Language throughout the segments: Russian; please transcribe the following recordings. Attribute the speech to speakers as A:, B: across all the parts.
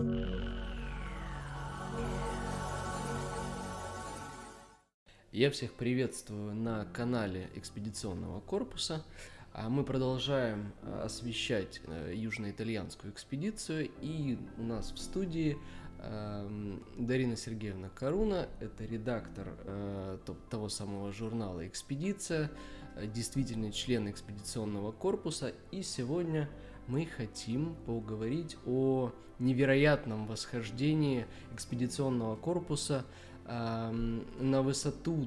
A: Я всех приветствую на канале экспедиционного корпуса. Мы продолжаем освещать южноитальянскую экспедицию, и у нас в студии Дарина Сергеевна Каруна, это редактор того самого журнала «Экспедиция», действительный член экспедиционного корпуса, и сегодня мы хотим поговорить о невероятном восхождении экспедиционного корпуса на высоту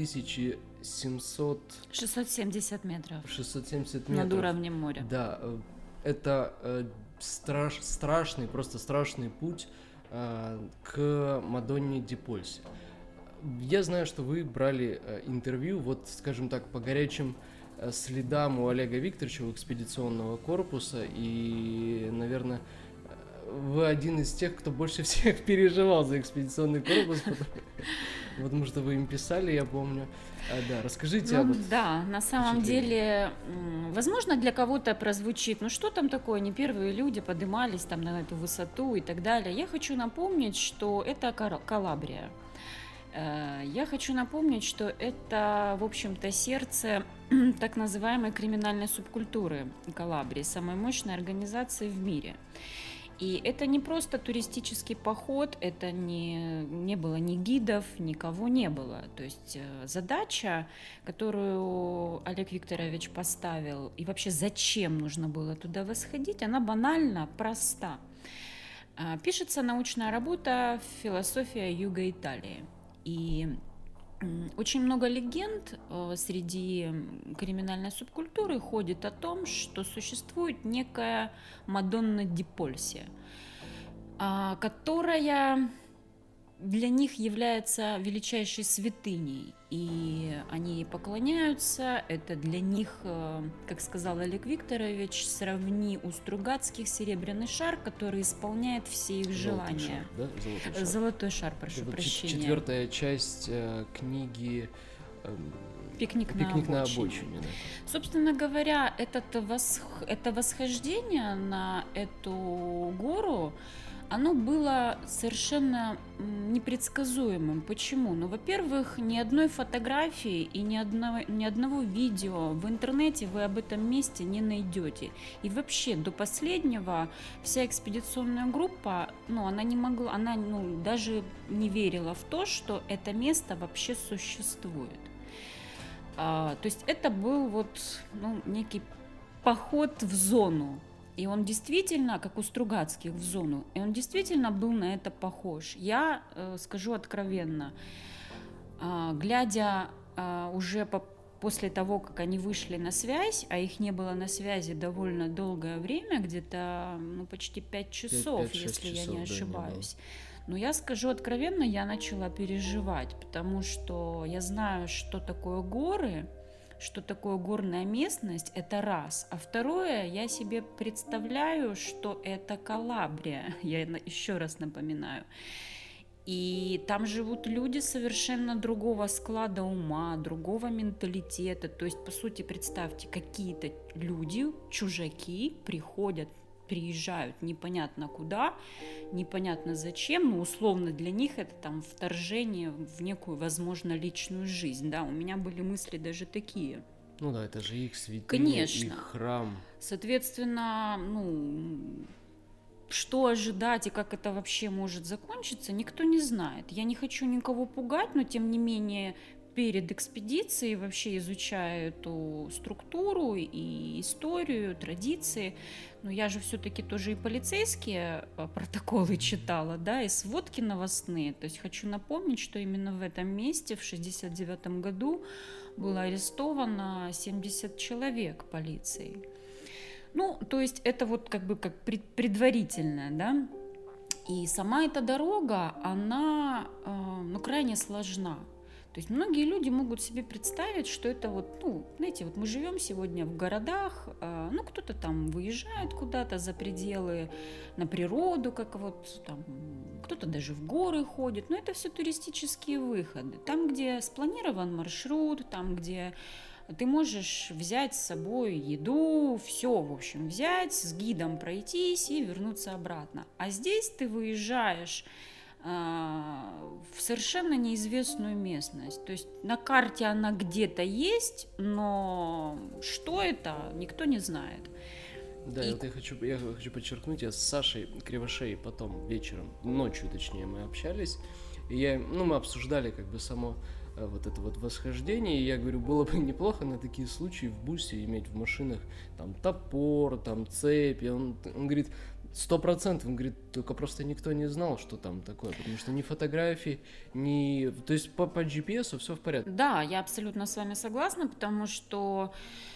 B: 670 метров
A: 670
B: над
A: метров.
B: уровнем моря.
A: Да, это страшный, просто страшный путь к Мадонне ди Польсе. Я знаю, что вы брали интервью, вот, скажем так, по горячим следам у Олега Викторовича, у экспедиционного корпуса, и, наверное, вы один из тех, кто больше всех переживал за экспедиционный корпус, потому что вы им писали, я помню. Да, расскажите об этом.
B: Да, на самом деле, возможно, для кого-то прозвучит, ну что там такое, не первые люди поднимались там на эту высоту и так далее. Я хочу напомнить, что это Калабрия. Я хочу напомнить, что это, в общем-то, сердце так называемой криминальной субкультуры Калабрии, самой мощной организации в мире. И это не просто туристический поход, это не было ни гидов, никого не было. То есть задача, которую Олег Викторович поставил, и вообще зачем нужно было туда восходить, она банально проста. Пишется научная работа «Философия Юга Италии». И очень много легенд среди криминальной субкультуры ходит о том, что существует некая Мадонна ди Польсе, которая для них является величайшей святыней, и они ей поклоняются. Это для них, как сказал Олег Викторович, сравни у Стругацких серебряный шар, который исполняет все их желания. Золотой шар, прошу прощения.
A: 4-я часть книги
B: «Пикник на обочине». Да. Собственно говоря, это восхождение на эту гору, оно было совершенно непредсказуемым. Почему? Ну, во-первых, ни одной фотографии и ни одного видео в интернете вы об этом месте не найдете. И вообще до последнего вся экспедиционная группа, она даже не верила в то, что это место вообще существует. То есть это был некий поход в зону. И он действительно, как у Стругацких, в зону, и он действительно был на это похож. Я скажу откровенно, глядя уже после того, как они вышли на связь, а их не было на связи довольно долгое время, где-то почти 5 часов, если я не ошибаюсь. Но я скажу откровенно, я начала переживать, потому что я знаю, что такое горы, что такое горная местность, это раз. А второе, я себе представляю, что это Калабрия, я еще раз напоминаю. И там живут люди совершенно другого склада ума, другого менталитета. То есть, по сути, представьте, какие-то люди, чужаки, приезжают непонятно куда, непонятно зачем, но условно для них это там вторжение в некую, возможно, личную жизнь. Да, у меня были мысли даже такие.
A: Ну да, это же их святыня,
B: конечно,
A: их храм.
B: Соответственно, что ожидать и как это вообще может закончиться, никто не знает. Я не хочу никого пугать, но тем не менее перед экспедицией, вообще изучая эту структуру и историю, традиции, но я же все-таки тоже и полицейские протоколы читала, да, и сводки новостные. То есть хочу напомнить, что именно в этом месте в 1969 году было арестовано 70 человек полицией. То есть это как предварительное, да. И сама эта дорога, она крайне сложна. То есть многие люди могут себе представить, что это мы живем сегодня в городах, кто-то там выезжает куда-то за пределы, на природу, кто-то даже в горы ходит, но это все туристические выходы. Там, где спланирован маршрут, там, где ты можешь взять с собой еду, все, в общем, взять, с гидом пройтись и вернуться обратно. А здесь ты выезжаешь в совершенно неизвестную местность. То есть на карте она где-то есть, но что это, никто не знает.
A: Да, и вот я хочу подчеркнуть, я с Сашей Кривошеей потом вечером, ночью точнее, мы общались, и мы обсуждали как бы само вот это вот восхождение, и я говорю, было бы неплохо на такие случаи в бусе иметь в машинах там топор, там цепь, и он говорит, 100%, он говорит, только просто никто не знал, что там такое, потому что ни фотографий, ни... То есть по GPS все в порядке.
B: Да, я абсолютно с вами согласна, потому что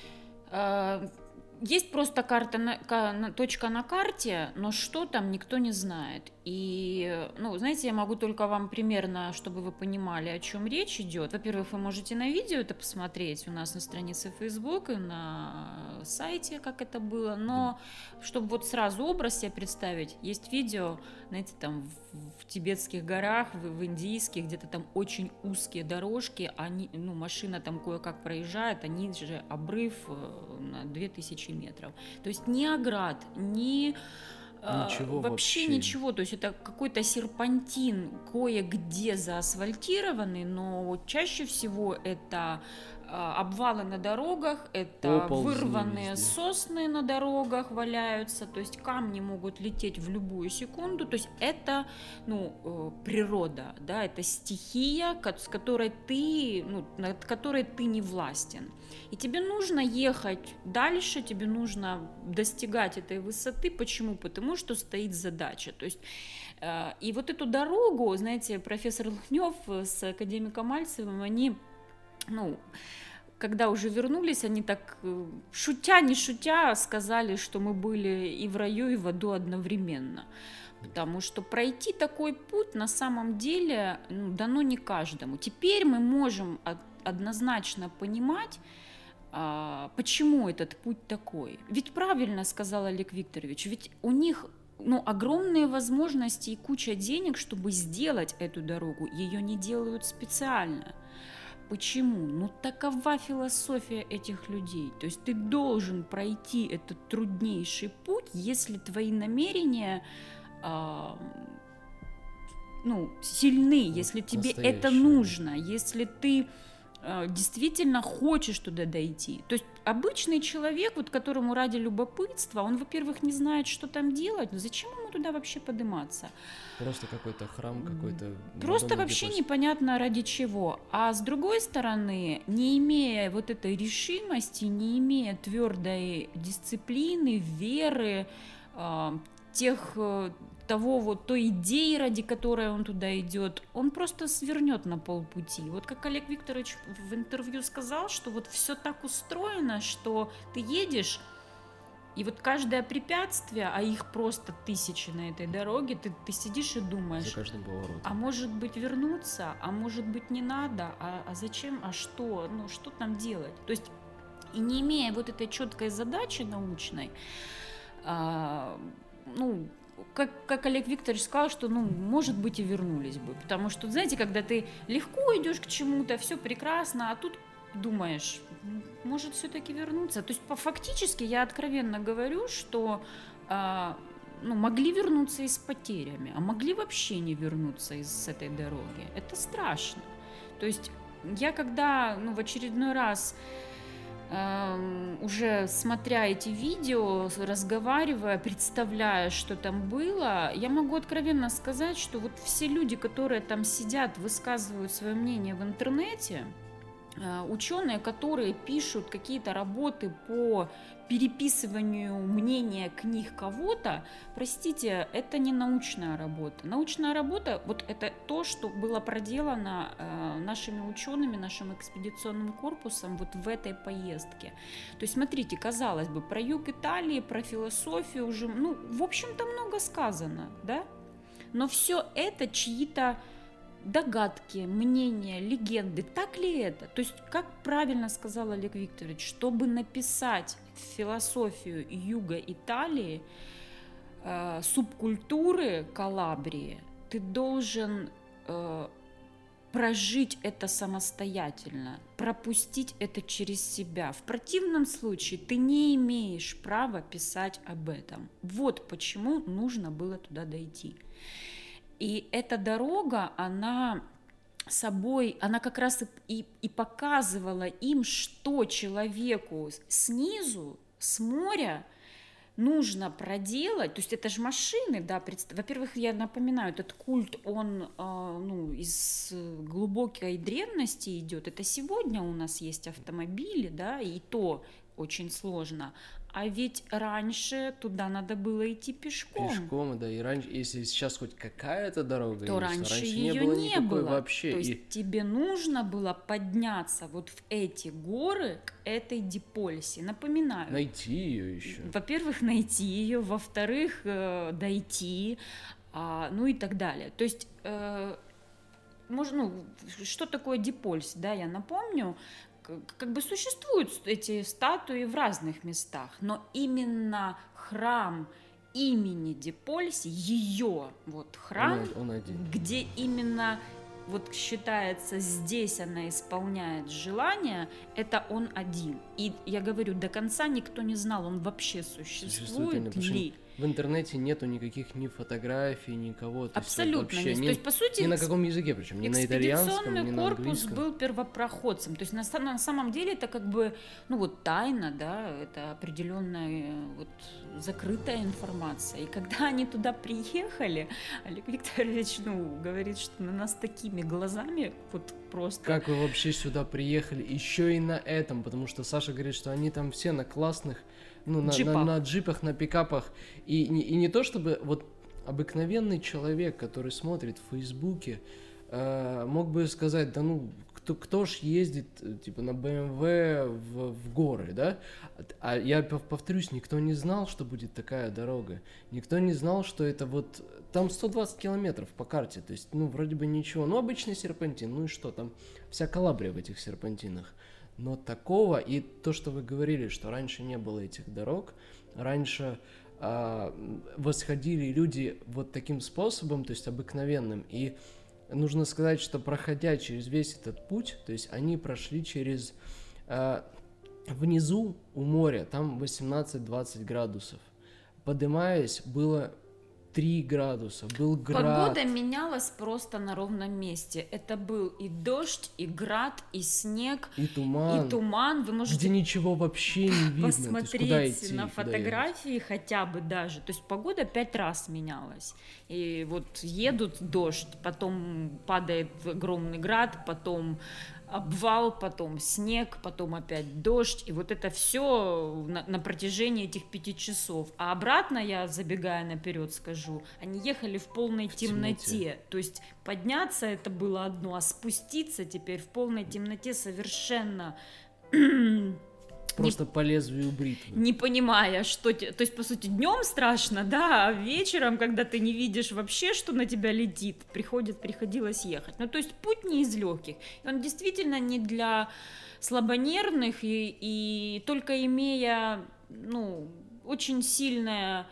B: есть просто точка на карте, но что там, никто не знает. И, знаете, я могу только вам примерно, чтобы вы понимали, о чем речь идет. Во-первых, вы можете на видео это посмотреть у нас на странице Facebook и на сайте, как это было. Но чтобы вот сразу образ себе представить, есть видео, знаете, там в тибетских горах, в индийских, где-то там очень узкие дорожки, машина там кое-как проезжает, а ниже обрыв на 2000 метров. То есть ни оград, ни вообще ничего. То есть это какой-то серпантин, кое-где заасфальтированный, но чаще всего это обвалы на дорогах, это вырванные сосны на дорогах валяются, то есть камни могут лететь в любую секунду, то есть это природа, да, это стихия, над которой ты не властен. И тебе нужно ехать дальше, тебе нужно достигать этой высоты. Почему? Потому что стоит задача. То есть, и вот эту дорогу, знаете, профессор Лунёв с академиком Мальцевым, они, когда уже вернулись, они так, шутя, не шутя, сказали, что мы были и в раю, и в аду одновременно. Потому что пройти такой путь на самом деле дано не каждому. Теперь мы можем однозначно понимать, почему этот путь такой. Ведь правильно сказал Олег Викторович, ведь у них огромные возможности и куча денег, чтобы сделать эту дорогу. Ее не делают специально. Почему? Такова философия этих людей. То есть ты должен пройти этот труднейший путь, если твои намерения сильны, если тебе это нужно, если ты действительно хочешь туда дойти. То есть обычный человек, которому ради любопытства, он, во-первых, не знает, что там делать, но зачем ему туда вообще подниматься?
A: Просто какой-то храм, какой-то...
B: Просто вообще непонятно ради чего. А с другой стороны, не имея вот этой решимости, не имея твердой дисциплины, веры, той идеи, ради которой он туда идет, он просто свернет на полпути. Вот как Олег Викторович в интервью сказал, что вот все так устроено, что ты едешь, и вот каждое препятствие, а их просто тысячи на этой дороге, ты сидишь и думаешь,
A: за каждым поворотом.
B: А может быть вернуться, а может быть не надо, а зачем, а что, что там делать? То есть и не имея вот этой четкой задачи научной, как Олег Викторович сказал, что, может быть, и вернулись бы. Потому что, знаете, когда ты легко идешь к чему-то, все прекрасно, а тут думаешь, может все-таки вернуться. То есть, фактически, я откровенно говорю, что могли вернуться и с потерями, а могли вообще не вернуться с этой дороги. Это страшно. То есть, я когда, в очередной раз... уже смотря эти видео, разговаривая, представляя, что там было, я могу откровенно сказать, что вот все люди, которые там сидят, высказывают свое мнение в интернете, ученые, которые пишут какие-то работы по переписыванию мнения книг кого-то, простите, это не научная работа. Научная работа, вот это то, что было проделано нашими учеными, нашим экспедиционным корпусом вот в этой поездке. То есть, смотрите, казалось бы, про юг Италии, про философию уже, в общем-то, много сказано, да? Но все это чьи-то догадки, мнения, легенды. Так ли это? То есть, как правильно сказал Олег Викторович, чтобы написать философию юга Италии, субкультуры Калабрии, ты должен прожить это самостоятельно, пропустить это через себя. В противном случае ты не имеешь права писать об этом. Вот почему нужно было туда дойти. И эта дорога, она как раз и показывала им, что человеку снизу, с моря, нужно проделать, то есть это же машины, да, во-первых, я напоминаю, этот культ, он из глубокой древности идет, это сегодня у нас есть автомобили, да, и то очень сложно, а ведь раньше туда надо было идти пешком.
A: Пешком, да, и раньше, если сейчас хоть какая-то дорога
B: то
A: есть,
B: раньше
A: не
B: ее
A: было
B: не
A: никакой
B: было.
A: вообще.
B: То есть тебе нужно было подняться вот в эти горы к этой Дипольсе. Напоминаю.
A: Найти ее еще.
B: Во-первых, найти ее, во-вторых, дойти, ну и так далее. То есть, что такое Дипольс, да, я напомню. Как бы существуют эти статуи в разных местах, но именно храм имени Дипольси, ее вот храм,
A: он один.
B: где именно вот считается, здесь она исполняет желание, это он один. И я говорю, до конца никто не знал, он вообще существует ли.
A: В интернете нету никаких ни фотографий, никого.
B: Абсолютно
A: есть,
B: нет. То есть, по сути,
A: ни на каком языке, причем ни на итальянском, ни на английском.
B: Экспедиционный корпус был первопроходцем. То есть на самом деле это как бы, тайна, да, это определенная вот закрытая информация. И когда они туда приехали, Олег Викторович, говорит, что на нас такими глазами вот просто...
A: Как вы вообще сюда приехали? Еще и на этом, потому что Саша говорит, что они там все на классных, на джипах, на пикапах. И не то чтобы вот обыкновенный человек, который смотрит в Фейсбуке, мог бы сказать, да кто ж ездит типа на BMW в горы, да? А я повторюсь, никто не знал, что будет такая дорога. Никто не знал, что это вот... Там 120 километров по карте, то есть, вроде бы ничего. Обычный серпантин, и что там? Вся Калабрия в этих серпантинах. Но такого, и то, что вы говорили, что раньше не было этих дорог, раньше восходили люди вот таким способом, то есть обыкновенным, и нужно сказать, что проходя через весь этот путь, то есть они прошли через... внизу у моря, там 18-20 градусов. Поднимаясь, было 3 градуса, был град.
B: Погода менялась просто на ровном месте. Это был и дождь, и град, и снег,
A: и туман.
B: Вы можете
A: где ничего вообще не видно.
B: Посмотреть на фотографии хотя бы даже. То есть погода 5 раз менялась. И вот едут дождь, потом падает огромный град, потом обвал, потом снег, потом опять дождь, и вот это все на протяжении этих 5 часов. А обратно, я забегая наперед скажу, они ехали в полной темноте. То есть подняться это было одно, а спуститься теперь в полной темноте совершенно...
A: Просто по лезвию бритвы.
B: Не понимая, что... То есть, по сути, днем страшно, да, а вечером, когда ты не видишь вообще, что на тебя летит, приходилось ехать. То есть, путь не из легких. И он действительно не для слабонервных, и только имея, очень сильное...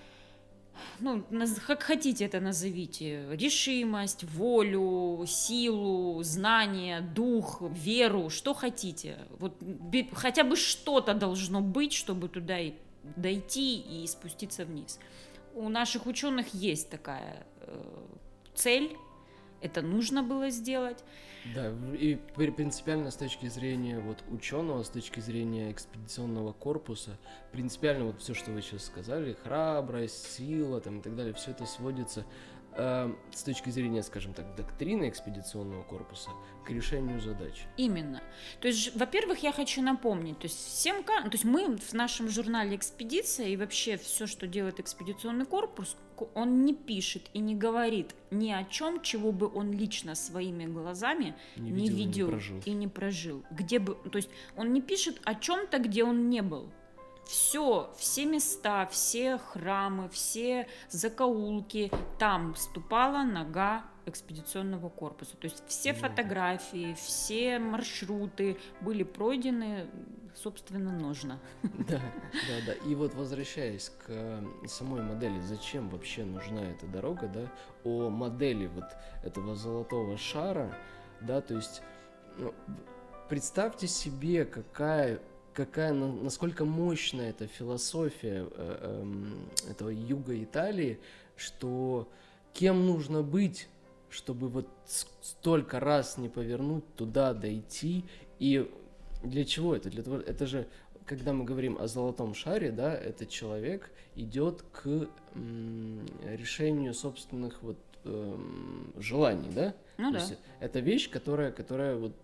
B: как хотите это назовите, решимость, волю, силу, знание, дух, веру, что хотите. Вот хотя бы что-то должно быть, чтобы туда и дойти и спуститься вниз. У наших ученых есть такая цель, это нужно было сделать.
A: Да, и принципиально с точки зрения ученого, с точки зрения экспедиционного корпуса, принципиально все, что вы сейчас сказали, храбрость, сила и так далее, все это сводится с точки зрения, скажем так, доктрины экспедиционного корпуса к решению задач.
B: Именно. То есть, во-первых, я хочу напомнить, то есть мы в нашем журнале «Экспедиция» и вообще все, что делает экспедиционный корпус, он не пишет и не говорит ни о чем, чего бы он лично своими глазами не видел и не прожил. То есть он не пишет о чем-то, где он не был. Все места, все храмы, все закоулки, там ступала нога экспедиционного корпуса. То есть все фотографии, все маршруты были пройдены собственноручно.
A: Да. И возвращаясь к самой модели, зачем вообще нужна эта дорога, да, о модели этого золотого шара, да, то есть представьте себе, насколько мощная эта философия этого юга Италии, что кем нужно быть, чтобы вот столько раз не повернуть, туда дойти, и для чего это? Для того, это же, когда мы говорим о золотом шаре, да, этот человек идет к решению собственных вот желаний, да?
B: Ну
A: То
B: да.
A: есть это вещь, которая вот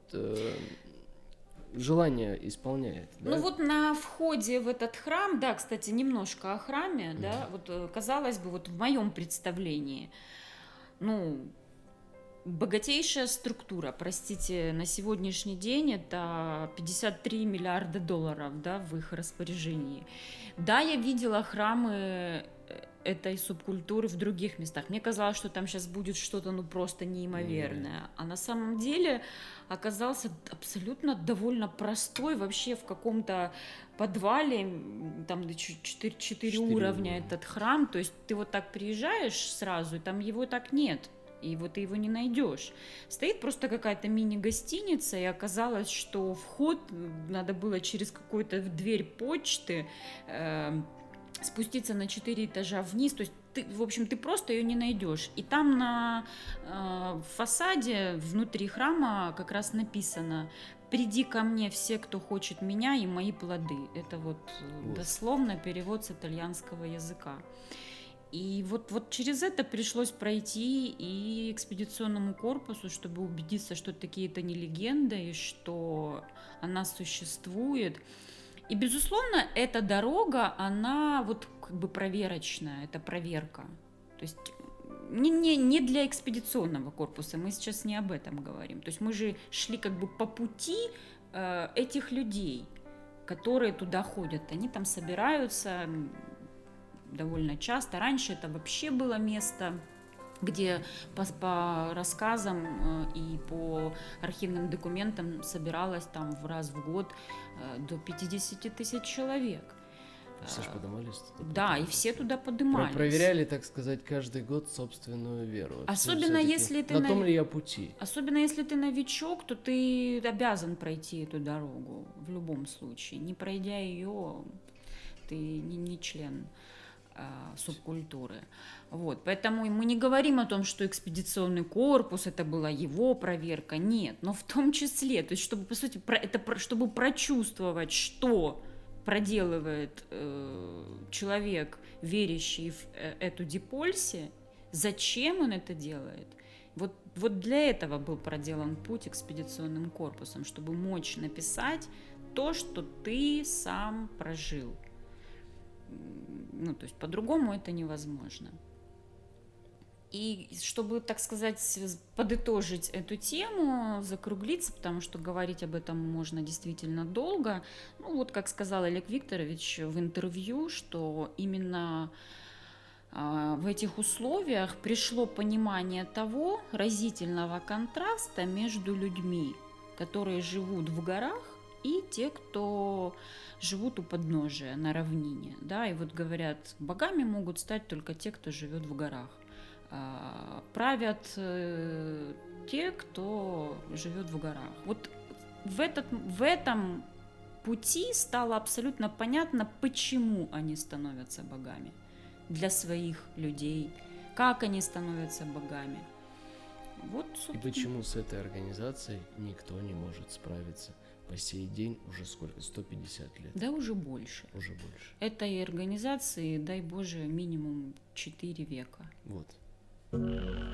A: желание исполняет. Да?
B: Ну вот на входе в этот храм, да, кстати, немножко о храме, да, вот казалось бы, вот в моем представлении, ну, богатейшая структура, простите, на сегодняшний день это 53 миллиарда долларов, да, в их распоряжении. Да, я видела храмы этой субкультуры в других местах. Мне казалось, что там сейчас будет что-то, ну, просто неимоверное. А на самом деле оказался абсолютно довольно простой, вообще в каком-то подвале, там 4 уровня этот храм. То есть ты вот так приезжаешь сразу, и там его так нет. И вот ты его не найдешь. Стоит просто какая-то мини-гостиница, и оказалось, что вход надо было через какую-то дверь почты спуститься на 4 этажа вниз. То есть ты, в общем, ты просто ее не найдешь. И там на фасаде внутри храма как раз написано: «Приди ко мне все, кто хочет меня, и мои плоды». Это вот дословно перевод с итальянского языка. И вот через это пришлось пройти и экспедиционному корпусу, чтобы убедиться, что такие-то не легенды, и что она существует. И, безусловно, эта дорога, она вот как бы проверочная, это проверка. То есть не для экспедиционного корпуса, мы сейчас не об этом говорим. То есть мы же шли как бы по пути этих людей, которые туда ходят. Они там собираются довольно часто. Раньше это вообще было место, где по рассказам и по архивным документам собиралось там раз в год до 50 тысяч человек.
A: Все же подымались туда.
B: Да, и все туда подымались.
A: Проверяли, так сказать, каждый год собственную веру.
B: Особенно если ты
A: на том ли я пути.
B: Особенно если ты новичок, то ты обязан пройти эту дорогу в любом случае. Не пройдя ее, ты не член субкультуры. Вот. Поэтому мы не говорим о том, что экспедиционный корпус, это была его проверка, нет, но в том числе, то есть чтобы, по сути, чтобы прочувствовать, что проделывает человек, верящий в эту Дипольси, зачем он это делает. Вот для этого был проделан путь экспедиционным корпусом, чтобы мочь написать то, что ты сам прожил. Ну, то есть по-другому это невозможно. И чтобы, так сказать, подытожить эту тему, закруглиться, потому что говорить об этом можно действительно долго. Ну, вот как сказал Олег Викторович в интервью, что именно в этих условиях пришло понимание того разительного контраста между людьми, которые живут в горах, и те, кто живут у подножия, на равнине. Да? И вот говорят, богами могут стать только те, кто живет в горах. Правят те, кто живет в горах. Вот в этом пути стало абсолютно понятно, почему они становятся богами для своих людей, как они становятся богами. Вот,
A: и почему с этой организацией никто не может справиться по сей день уже сколько? 150 лет?
B: Да, уже больше.
A: Уже больше.
B: Этой организации, дай Боже, минимум 4 века.
A: Вот.